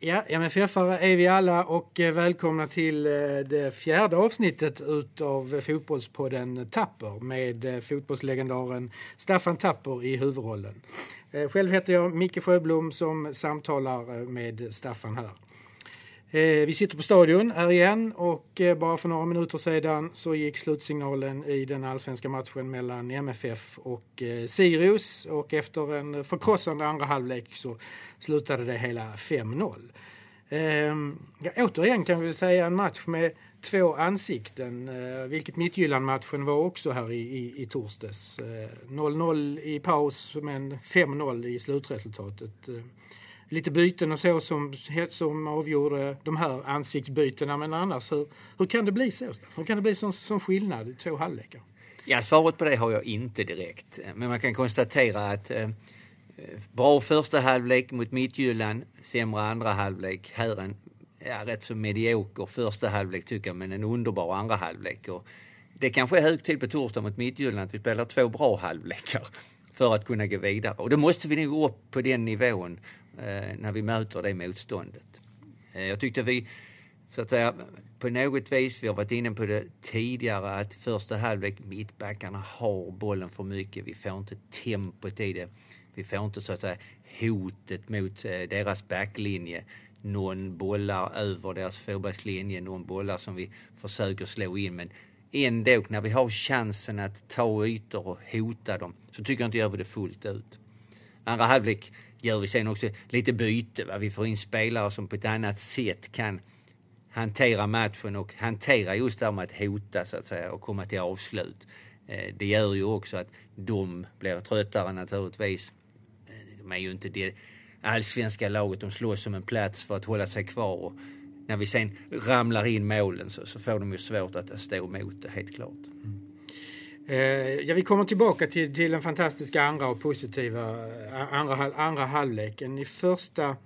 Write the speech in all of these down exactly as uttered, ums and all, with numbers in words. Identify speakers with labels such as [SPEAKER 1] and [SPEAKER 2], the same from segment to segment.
[SPEAKER 1] Ja, M F F-are är vi alla och välkomna till det fjärde avsnittet utav fotbollspodden Tapper med fotbollslegendaren Staffan Tapper i huvudrollen. Själv heter jag Micke Sjöblom som samtalar med Staffan här. Vi sitter på stadion här igen och bara för några minuter sedan så gick slutsignalen i den allsvenska matchen mellan M F F och Sirius, och efter en förkrossande andra halvlek så slutade det hela fem noll. Ehm, ja, återigen kan vi väl säga en match med två ansikten, eh, vilket Midtjylland-matchen var också här i, i, i torsdags. Eh, noll noll i paus men fem noll i slutresultatet. Eh, lite byten och så som, som avgjorde de här ansiktsbytena, men annars hur, hur kan det bli så? Hur kan det bli som, som skillnad i två halvlekar?
[SPEAKER 2] Ja, svaret på det har jag inte direkt, men man kan konstatera att eh, bra första halvlek mot Midtjylland, sämre andra halvlek. Här en ja, rätt så medioker första halvlek tycker jag, men en underbar andra halvlek. Och det kanske är hög tid på torsdag mot Midtjylland att vi spelar två bra halvlekar för att kunna gå vidare. Och då måste vi nog upp på den nivån eh, när vi möter det motståndet. Eh, jag tyckte vi, så att säga, på något vis, vi har varit inne på det tidigare, att första halvlek mittbackarna har bollen för mycket. Vi får inte tempot i det. Vi får inte så att säga hotet mot eh, deras backlinje. Någon bollar över deras forwardslinje, någon bollar som vi försöker slå in. Men ändå, när vi har chansen att ta ytor och hota dem, så tycker jag inte gör vi det fullt ut. Andra halvlek gör vi sen också lite byte. Va? Vi får in spelare som på ett annat sätt kan hantera matchen och hantera just det här med att hota så att säga, och komma till avslut. Eh, det gör ju också att de blir tröttare naturligtvis. De är ju inte det allsvenska laget, de slåss som en plats för att hålla sig kvar, och när vi sen ramlar in målen så, så får de ju svårt att stå emot det, helt klart.
[SPEAKER 1] Mm. Eh, ja, vi kommer tillbaka till, till den fantastiska andra och positiva andra, andra halvleken. I första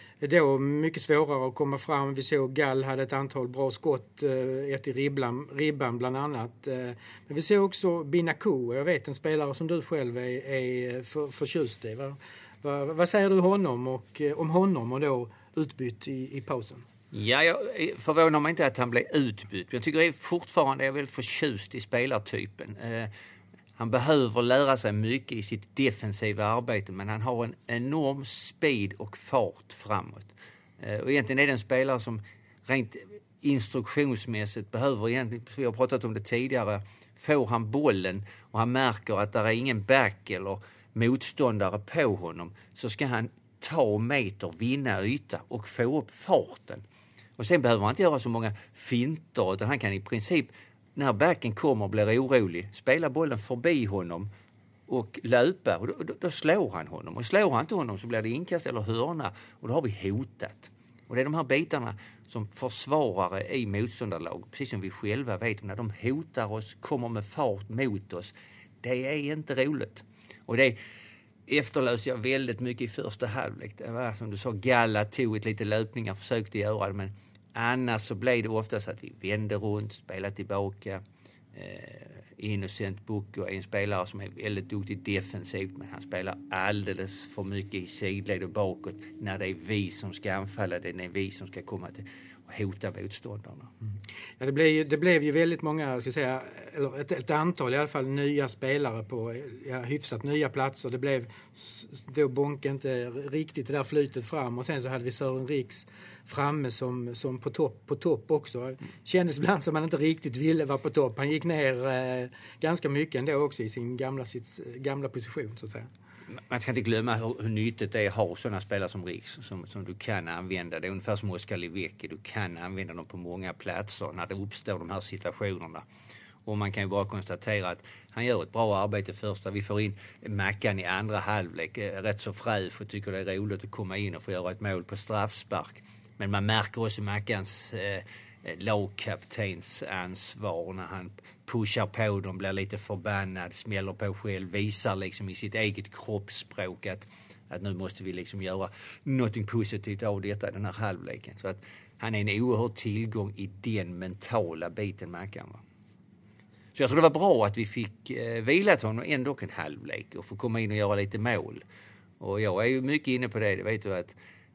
[SPEAKER 1] då mycket svårare att komma fram. Vi såg Gall hade ett antal bra skott, ett i ribban, ribban bland annat. Men vi såg också Binaku, jag vet en spelare som du själv är, är för, förtjust i. Va? Va, vad säger du honom och, om honom och då utbytt i, i pausen?
[SPEAKER 2] Ja, jag förvånar mig inte att han blev utbytt. Jag tycker jag är fortfarande är väldigt förtjust i spelartypen. Eh, han behöver lära sig mycket i sitt defensiva arbete, men han har en enorm speed och fart framåt. Eh, och egentligen är det en spelare som rent instruktionsmässigt behöver, egentligen, vi har pratat om det tidigare, får han bollen och han märker att det är ingen back eller motståndare på honom, så ska han ta meter, vinna yta och få upp farten. Och sen behöver han inte göra så många finter, utan han kan i princip, när backen kommer och blir orolig, spela bollen förbi honom och löpa, och då, då, då slår han honom. Och slår han inte honom så blir det inkast eller hörna, och då har vi hotat. Och det är de här bitarna som försvarare i motståndarlag, precis som vi själva vet, när de hotar oss, kommer med fart mot oss, det är inte roligt. Och det efterlöser jag väldigt mycket i första halvlek. Det var som du sa, Galla tog ett lite löpningar, försökte göra det, men annars så blev det oftast att vi vände runt, spelade tillbaka. Eh, Innocent Bocco är en spelare som är väldigt duktig defensivt, men han spelar alldeles för mycket i sidled och bakåt när det är vi som ska anfalla, det är vi som ska komma till och hota motståndarna.
[SPEAKER 1] Mm. Ja, det, blev, det blev ju väldigt många, ska säga, eller ett, ett antal i alla fall nya spelare på ja, hyfsat nya platser. Det blev då Bonke inte riktigt det där flytet fram, och sen så hade vi Sören Riks framme som, som på topp på topp också. Mm. Kändes ibland som man inte riktigt ville vara på topp. Han gick ner eh, ganska mycket ändå också i sin gamla, sitt, gamla position så att säga.
[SPEAKER 2] Man ska inte glömma hur, hur nyttigt det är att ha sådana spelare som Riks som, som du kan använda. Det är ungefär som Oskar Livecki. Du kan använda dem på många platser när det uppstår de här situationerna. Och man kan ju bara konstatera att han gör ett bra arbete första. Vi får in Mackan i andra halvlek. Rätt så fräsch och tycker det är roligt att komma in och få göra ett mål på straffspark. Men man märker också Mackans eh, lagkaptens ansvar när han pushar på dem, blir lite förbannad, smäller på själv, visar liksom i sitt eget kroppsspråk att, att nu måste vi liksom göra något positivt av detta, den här halvleken. Så att han är en oerhörd tillgång i den mentala biten, Mackan, va? Så jag tror det var bra att vi fick eh, vila till honom ändå en halvlek och få komma in och göra lite mål. Och jag är ju mycket inne på det, det vet du, att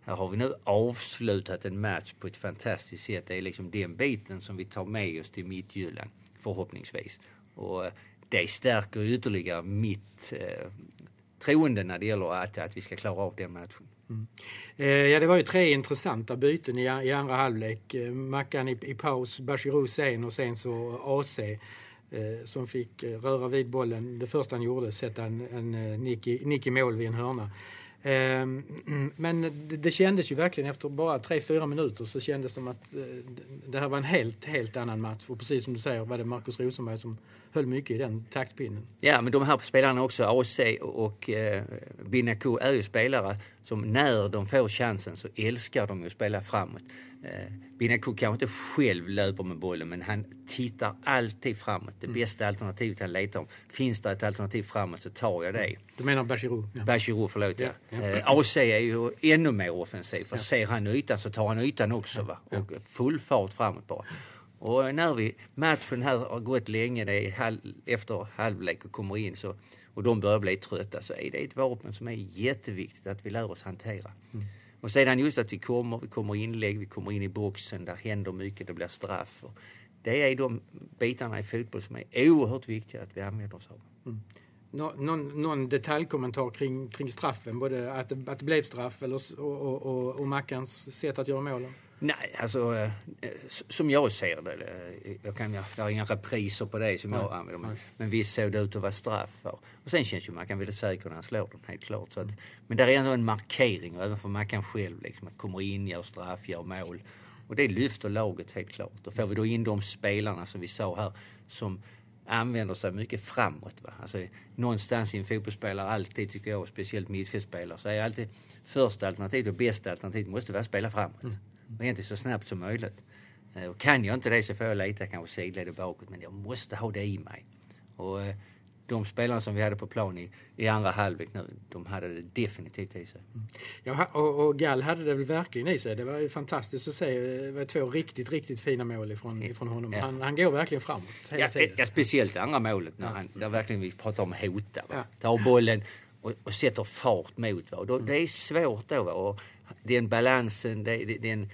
[SPEAKER 2] här har vi nu avslutat en match på ett fantastiskt sätt. Det är liksom den biten som vi tar med oss till Midtjylland, förhoppningsvis. Och det stärker ytterligare mitt eh, troende när det gäller att, att vi ska klara av den matchen.
[SPEAKER 1] Mm. Eh, ja, det var ju tre intressanta byten i, i andra halvlek. Eh, Mackan i, i paus, Bachirou sen och sen så A C eh, som fick eh, röra vid bollen. Det första han gjorde, sätta en, en uh, nick, i, nick i mål vid en hörna. Eh, men det, det kändes ju verkligen efter bara tre, fyra minuter så kändes det som att eh, det här var en helt, helt annan match. Och precis som du säger var det Marcus Rosenberg som höll mycket i den taktpinnen.
[SPEAKER 2] Ja, men de här spelarna också, A C och eh, Binaku är ju spelare som när de får chansen så älskar de att spela framåt. Eh, Binaku kanske inte själv löper med bollen, men han tittar alltid framåt. Det bästa alternativet han letar om. Finns det ett alternativ framåt så tar jag det.
[SPEAKER 1] Du menar Bachirou?
[SPEAKER 2] Ja. Bachirou, förlåt. Ja.
[SPEAKER 1] Ja.
[SPEAKER 2] Eh, A C är ju ännu mer offensiv. För ja. Ser han ytan så tar han ytan också. Va? Och full fart framåt bara. Och när vi, matchen här har gått länge, det är halv, efter halvlek och kommer in så, och de börjar bli trötta, så är det ett vapen som är jätteviktigt att vi lär oss hantera. Mm. Och sedan just att vi kommer, vi kommer inlägg, vi kommer in i boxen, där händer mycket, det blir straff. Och det är de bitarna i fotboll som är oerhört viktiga att vi använder oss av.
[SPEAKER 1] Mm. Nå, någon, någon detaljkommentar kring, kring straffen, både att det, att det blev straff eller, och, och, och, och Mackans sätt att göra målen?
[SPEAKER 2] Nej, alltså eh, som jag ser det, jag kan, jag har inga repriser på det som nej, jag använder, men, men visst såg det ut att vara straff. Och, och sen känns ju Mackan väldigt säker när han slår dem, helt klart. Så att, men där är ändå en markering, och även för Mackan själv, liksom, att komma in, gör straff, gör mål. Och det lyfter laget helt klart. Och får vi då in de spelarna som vi sa här, som använder sig mycket framåt. Va? Alltså, någonstans i en fotbollsspelare alltid, tycker jag, speciellt mittfältspelare, så är alltid första alternativet och bästa alternativet måste vara att spela framåt. Mm. Och egentligen så snabbt som möjligt. Och kan jag inte det så får jag leta kanske sidled och bakåt, men jag måste ha det i mig. Och de spelarna som vi hade på plan i, i andra halvlek nu, de hade det definitivt i sig. Mm.
[SPEAKER 1] Ja, och, och Gall hade det väl verkligen i sig. Det var ju fantastiskt att se. Det var två riktigt, riktigt fina mål ifrån, ifrån honom. Ja. Han, han går verkligen framåt hela
[SPEAKER 2] ja,
[SPEAKER 1] tiden.
[SPEAKER 2] Ja, speciellt det andra målet när ja. han, där verkligen vi pratar om hota. Va? Ja. Tar bollen och, och sätter fart mot. Va? Och då, mm. Det är svårt då. Va? Och den balansen, det, det, den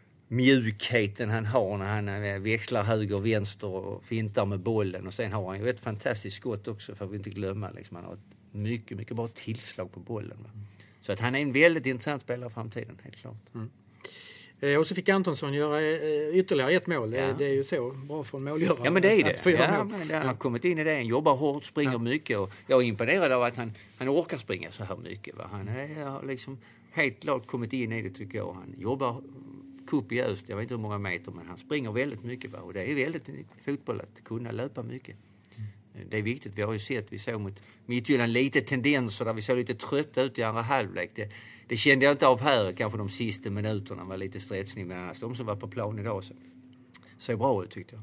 [SPEAKER 2] mjukheten han har när han växlar höger och vänster och fintar med bollen. Och sen har han ju ett fantastiskt skott också, för att vi inte glömma. Liksom. Han har ett mycket, mycket bra tillslag på bollen. Va? Mm. Så att han är en väldigt intressant spelare i framtiden, helt klart.
[SPEAKER 1] Mm. Eh, och så fick Antonsson göra eh, ytterligare ett mål. Ja. Det är ju så bra för en målgörare.
[SPEAKER 2] Ja, men det är det.
[SPEAKER 1] Ja,
[SPEAKER 2] men det han har kommit in i det. Han jobbar hårt, springer ja. mycket. Och jag är imponerad av att han, han orkar springa så här mycket. Va? Han har liksom helt klart kommit in i det, tycker jag. Han jobbar kopiöst, jag vet inte hur många meter, men han springer väldigt mycket. Va? Och det är väldigt fotboll att kunna löpa mycket. Mm. Det är viktigt. Vi har ju sett, vi såg mot Midtjylland lite tendenser där vi såg lite trötta ut i andra halvlek. Det, det kände jag inte av här, kanske de sista minuterna var lite stretsning, men annars de som var på plan idag så såg bra ut, tyckte jag.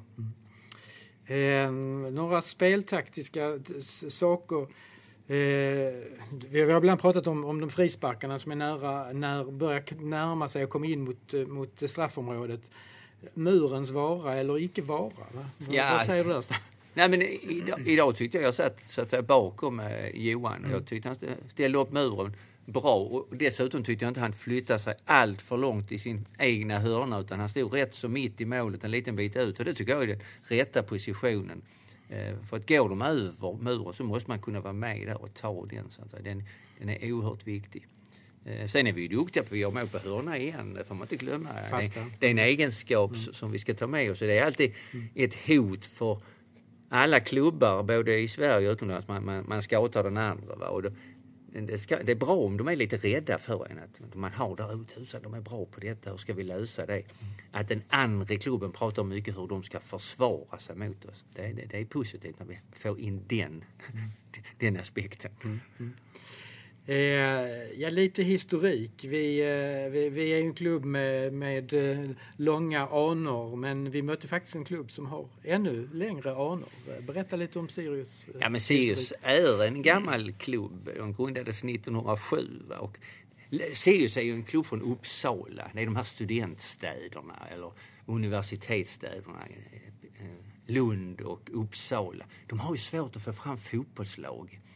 [SPEAKER 1] Mm. Eh, några speltaktiska saker. Eh, vi har ibland pratat om, om de frisparkarna som är nära, när börjar närma sig och komma in mot, mot straffområdet. Murens vara eller icke vara? Va?
[SPEAKER 2] Ja.
[SPEAKER 1] Vad säger du där?
[SPEAKER 2] Nej, men idag, idag tyckte jag jag satt så att säga bakom eh, Johan. Mm. Jag tyckte han ställde upp muren bra, och dessutom tyckte jag inte han flyttade sig allt för långt i sin egna hörna, utan han stod rätt så mitt i målet en liten bit ut, och det tycker jag är den rätta positionen. Eh, för att går de över muren så måste man kunna vara med där och ta den. Så att den, den är oerhört viktig. Eh, sen är vi ju duktiga på att vi gör mål på hörna igen, det får man inte glömma. Det, det är en egenskap mm. som vi ska ta med oss. Det är alltid mm. ett hot för alla klubbar, både i Sverige och utomlands, man, man, man ska åta den andra. Va? Och då, det, ska, det är bra om de är lite rädda för en, att man har där ute, så de är bra på detta, hur ska vi lösa det? Mm. Att den andra klubben pratar mycket hur de ska försvara sig mot oss. Det, det, det är positivt när vi får in den, mm. den aspekten.
[SPEAKER 1] Mm. Mm. Eh, ja, lite historik. Vi, eh, vi, vi är en klubb med, med eh, långa anor, men vi mötte faktiskt en klubb som har ännu längre anor. Berätta lite om Sirius. Eh,
[SPEAKER 2] ja, men Sirius historik. Är en gammal klubb. De grundades nittonhundrasju. Va? Och Sirius är ju en klubb från Uppsala. Det är de här studentstäderna eller universitetsstäderna. Lund och Uppsala. De har ju svårt att få fram fotbollslag.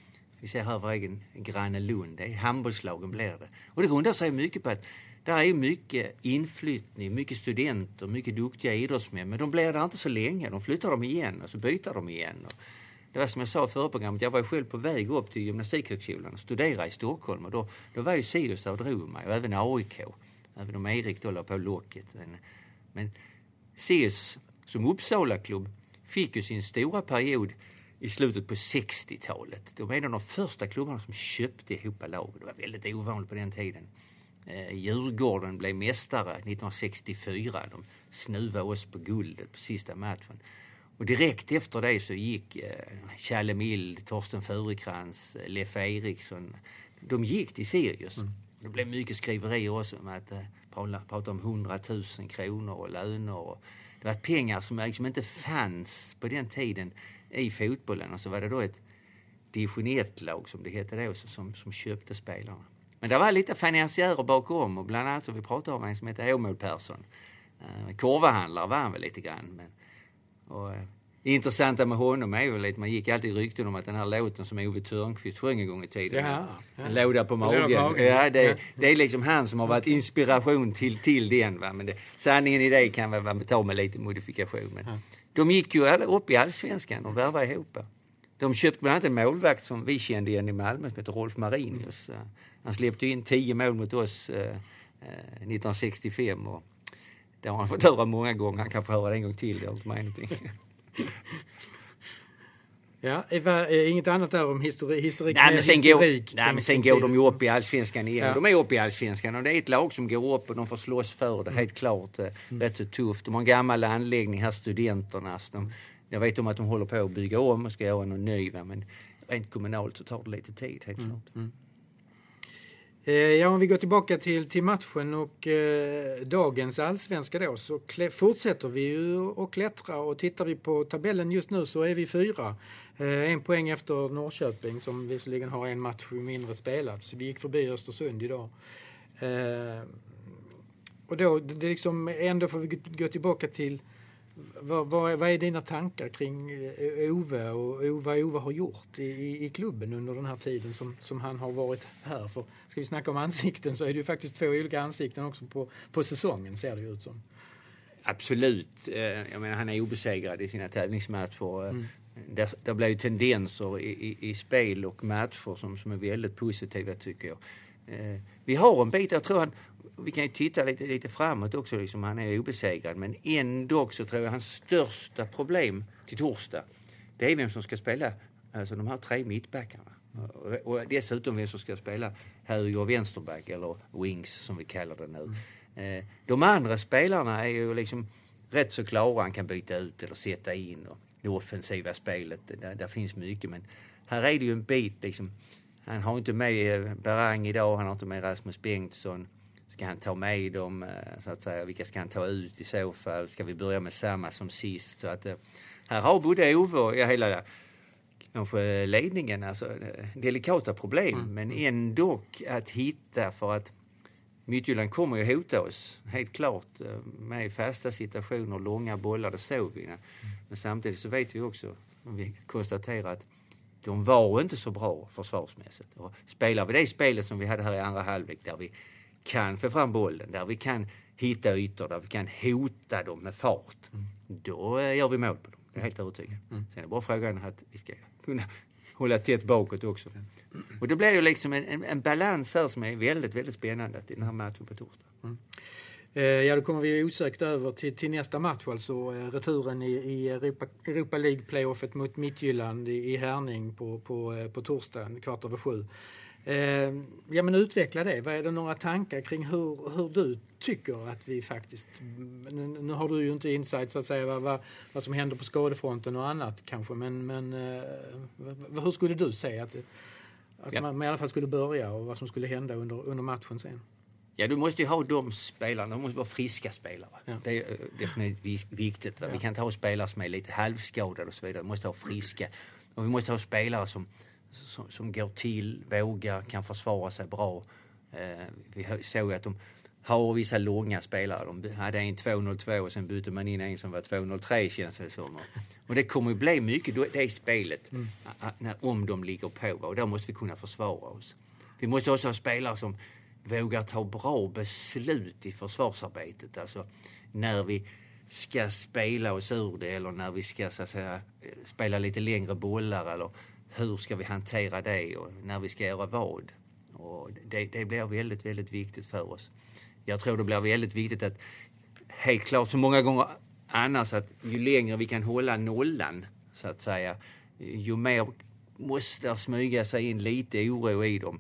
[SPEAKER 2] vi ser här vår egen granne Lund, det är handbollslagen blir det. Och det grundar sig mycket på att där är mycket inflyttning, mycket studenter, mycket duktiga idrottsmän, men de blir där inte så länge, de flyttar dem igen och så byter de igen. Och det var som jag sa i förra programmet, jag var själv på väg upp till gymnastikhögskolan och studerade i Stockholm och då, då var ju Sirius där och drog mig och även A I K, även om Erik då la på locket. Men, men Sirius som Uppsala-klubb fick ju sin stora period i slutet på sextiotalet. De var en av de första klubbarna som köpte ihop lag. Det var väldigt ovanligt på den tiden. Eh, Djurgården blev mästare nittonhundrasextiofyra. De snuvade oss på guldet på sista matchen. Och direkt efter det så gick eh, Challe Mild, Torsten Furekrans, eh, Leffe Eriksson. De gick till Sirius. Mm. Det blev mycket skriverier också om att eh, prata om hundratusen kronor och löner. Och det var pengar som liksom inte fanns på den tiden i fotbollen. Och så var det då ett division ett-lag som det hette då som, som köpte spelarna. Men det var lite finansiärer bakom och bland annat som vi pratade om en som heter Åmål Persson. Eh, korvahandlare var han väl lite grann. Men, och, eh, det intressanta med honom är ju lite, man gick alltid rykten om att den här låten som Ove Thörnqvist sjöng en gång i tiden. Ja, ja. En låda på magen. Ja, det, ja. Det är liksom han som har varit inspiration till, till den. Va? Men det, sanningen i det kan man ta med lite modifikation. Men ja. De gick ju upp i Allsvenskan och värvade ihop. De köpte bland annat en målvakt som vi kände igen i Malmö som heter Rolf Marinius. Mm. Han släppte in tio mål mot oss eh, nittonhundrasextiofem och det har han fått höra många gånger. Han kan få höra det en gång till, det har inte med någonting.
[SPEAKER 1] Ja, inget annat där om histori- historik.
[SPEAKER 2] Nej, men sen,
[SPEAKER 1] historik,
[SPEAKER 2] går, nej, men sen går de ju upp i Allsvenskan igen. Ja. De är uppe i Allsvenskan och det är ett lag som går upp och de får slåss för det, mm. helt klart. Mm. Rätt så tufft. De har en gammal anläggning här, studenterna. Så de, jag vet om att de håller på att bygga om och ska göra någon ny, va? Men rent kommunalt så tar det lite tid, helt mm. klart. Mm.
[SPEAKER 1] Ja, om vi går tillbaka till, till matchen och eh, dagens allsvenska då så klä, fortsätter vi ju och klättra och tittar vi på tabellen just nu så är vi fyra. Eh, en poäng efter Norrköping som visserligen har en match mindre spelad. Så vi gick förbi Östersund idag. Eh, och då det liksom, ändå får vi gå tillbaka till vad, vad, vad är dina tankar kring Ove och vad Ove har gjort i, i klubben under den här tiden som, som han har varit här? För ska vi snacka om ansikten så är det ju faktiskt två olika ansikten också på, på säsongen, ser det ut som.
[SPEAKER 2] Absolut. Jag menar, han är obesegrad i sina tävlingsmatcher. Mm. Där, där blir ju tendenser i, i, i spel och matcher som, som är väldigt positiva, tycker jag. Vi har en bit, jag tror han, vi kan ju titta lite, lite framåt också, liksom, han är obesegrad, men ändå så tror jag hans största problem till torsdag, det är vem som ska spela, alltså de här tre mittbackarna. Och, och dessutom vem som ska spela höger och vänsterback, eller wings som vi kallar det nu. Mm. De andra spelarna är ju liksom rätt så klara, han kan byta ut eller sätta in, och det offensiva spelet, där, där finns mycket, men här är det ju en bit liksom. Han har inte med Berang idag, han har inte med Rasmus Bengtsson. Ska han ta med dem, så att säga, vilka ska han ta ut i så fall? Ska vi börja med samma som sist? Så att här har både Ove och ja, hela kanske ledningen, alltså delikata problem, mm. men ändå att hitta, för att Midtjylland kommer ju hota oss, helt klart, med fasta situationer, långa bollar, det såg vi. Men samtidigt så vet vi också, om vi konstaterar att de var inte så bra försvarsmässigt. Och spelar vi det spelet som vi hade här i andra halvlek, där vi kan få fram bollen, där vi kan hitta ytor, där vi kan hota dem med fart, mm. då gör vi mål på dem. Det är helt övertygad. Mm. Sen är det bara frågan att vi ska kunna hålla tätt bakåt också. Mm. Och det blir ju liksom en, en, en balans här som är väldigt, väldigt spännande i den här matchen på torsdag. Mm.
[SPEAKER 1] Ja, då kommer vi osökt över till, till nästa match, alltså returen i, i Europa, Europa League-playoffet mot Midtjylland i, i Härning på, på, på torsdagen, kvart över sju. Eh, ja, men utveckla det. Vad är det några tankar kring hur, hur du tycker att vi faktiskt... Nu, nu har du ju inte insight så att säga vad, vad, vad som händer på skadefronten och annat kanske, men, men eh, hur skulle du säga att, att ja. man i alla fall skulle börja och vad som skulle hända under, under matchen sen?
[SPEAKER 2] Ja, du måste ju ha de spelarna, de måste vara friska spelare. Ja. Det är definitivt viktigt. Ja. Vi kan inte ha spelare som är lite halvskadade och så vidare. Vi måste ha friska. Och vi måste ha spelare som, som, som går till, vågar, kan försvara sig bra. Eh, vi såg att de har vissa långa spelare. De hade en två noll två och sen bytte man in en som var två noll tre känns det som. Och det kommer ju bli mycket det är spelet mm. när, om de ligger på. Och där måste vi kunna försvara oss. Vi måste också ha spelare som vågar ta bra beslut i försvarsarbetet. Alltså när vi ska spela oss ur det eller när vi ska så att säga, spela lite längre bollar eller hur ska vi hantera det och när vi ska göra vad. Och det, det blir väldigt, väldigt viktigt för oss. Jag tror det blir väldigt viktigt att helt klart så många gånger annars att ju längre vi kan hålla nollan så att säga, ju mer måste smyga sig in lite oro i dem.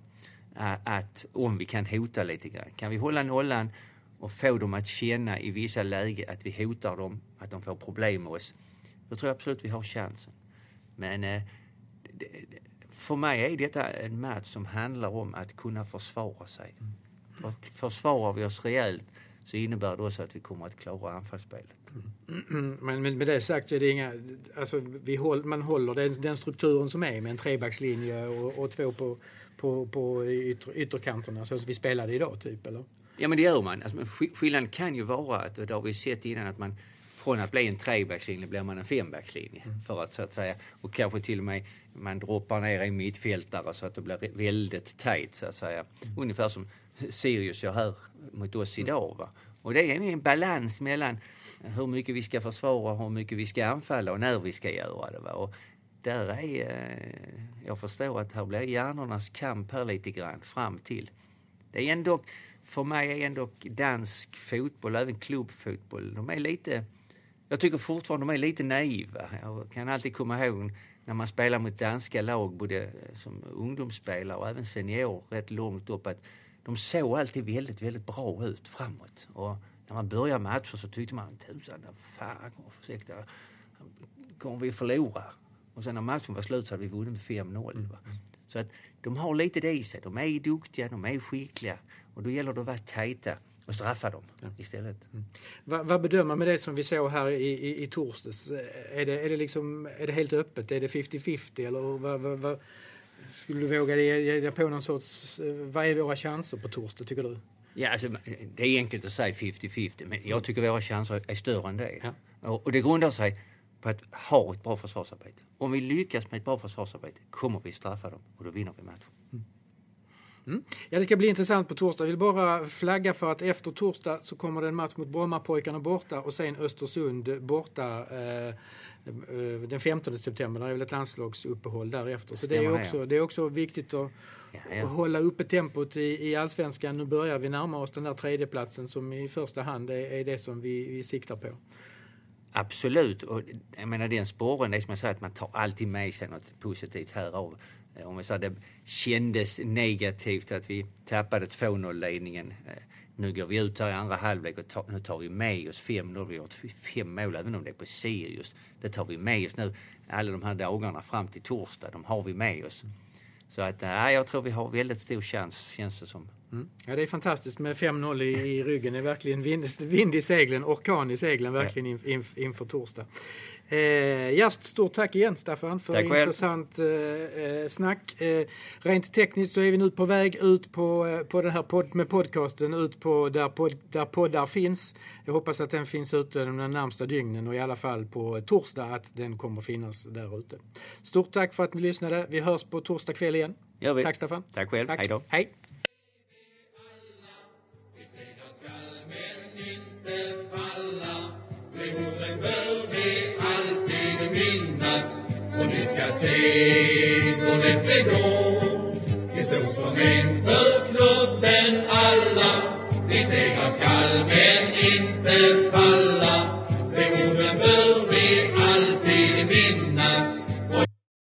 [SPEAKER 2] Att om vi kan hota lite grann. Kan vi hålla nollan och få dem att känna i vissa lägen att vi hotar dem, att de får problem med oss, då tror jag absolut vi har chansen. Men eh, det, för mig är detta en match som handlar om att kunna försvara sig. För, försvarar vi oss rejält så innebär det också att vi kommer att klara anfallsspelet.
[SPEAKER 1] Mm. Men med det sagt så är det inga, alltså vi håll, man håller den, den strukturen som är med en trebackslinje och, och två på, på, på ytter, ytterkanterna så att vi spelade idag typ, eller?
[SPEAKER 2] Ja, men det gör man. Alltså, skillnaden kan ju vara att, och det har vi sett innan, att man från att bli en trebackslinje blir man en fembackslinje. Mm. För att så att säga, och kanske till och med man droppar ner i mittfältare så att det blir väldigt tajt så att säga. Mm. Ungefär som Sirius gör här mot oss idag, va? Och det är en balans mellan hur mycket vi ska försvara, hur mycket vi ska anfalla och när vi ska göra det, va? Och där är, jag förstår att här blir hjärnornas kamp här lite grann fram till. Det är ändå, för mig är ändå dansk fotboll, även klubbfotboll, de är lite, jag tycker fortfarande de är lite naiva. Jag kan alltid komma ihåg när man spelar mot danska lag, både som ungdomsspelare och även senior, rätt långt upp, att de såg alltid väldigt, väldigt bra ut framåt. Och när man börjar matcher så tyckte man, tusan, fan, ursäkta, kommer vi förlora? Och sen när matchen var slut så hade vi vunnit med fem noll. Mm. Så att de har lite det i sig. De är duktiga, de är skickliga. Och då gäller det att vara tajta och straffa dem ja. istället. Mm.
[SPEAKER 1] Vad, vad bedömer man med det som vi såg här i, i, i torsdags? Är det, är, det liksom, är det helt öppet? Är det femtio femtio? Eller vad, vad, vad, skulle du våga ge dig på någon sorts... Vad är våra chanser på torsdag, tycker du?
[SPEAKER 2] Ja, alltså, det är enkelt att säga femtio femtio. Men jag tycker våra chanser är större än det. Ja. Och, och det grundar sig på att ha ett bra försvarsarbete. Om vi lyckas med ett bra försvarsarbete kommer vi straffa dem och då vinner vi matchen. Mm.
[SPEAKER 1] Mm. Ja, det ska bli intressant på torsdag. Jag vill bara flagga för att efter torsdag så kommer det en match mot Brommapojkarna borta och sen Östersund borta eh, den femtonde september. Det är väl ett landslagsuppehåll därefter. Så det är, också, det är också viktigt att, ja, ja. att hålla uppe tempot i, i allsvenskan. Nu börjar vi närma oss den där tredje platsen som i första hand är, är det som vi, vi siktar på.
[SPEAKER 2] Absolut. Och jag menar den spåren, det är som jag säger att man tar alltid med sig något positivt här av. Om jag sa det kändes negativt att vi tappade två noll-ledningen. Nu går vi ut här i andra halvlek och tar, nu tar vi med oss fem noll. Vi har fem mål även om det är på Sirius. Det tar vi med oss nu. Alla de här dagarna fram till torsdag, de har vi med oss. Så att, äh, jag tror vi har väldigt stor chans, känns det som.
[SPEAKER 1] Mm. Ja, det är fantastiskt med fem noll i, i ryggen. Det är verkligen vind, vind i seglen, orkan i seglen verkligen in, in, inför torsdag. Eh, just stort tack igen Staffan för intressant eh, snack. Eh, rent tekniskt så är vi nu på väg ut på, eh, på den här podd, med podcasten ut på där, podd, där poddar finns. Jag hoppas att den finns ute de närmsta dygnen och i alla fall på torsdag att den kommer finnas där ute. Stort tack för att ni lyssnade. Vi hörs på torsdag kväll igen. Tack Staffan.
[SPEAKER 2] Tack själv.
[SPEAKER 1] Tack.
[SPEAKER 2] Hej då.
[SPEAKER 1] Hej.
[SPEAKER 3] Och ni ska se hur lätt det går. Vi står som en för klubben alla. Vi segrar skall men inte falla.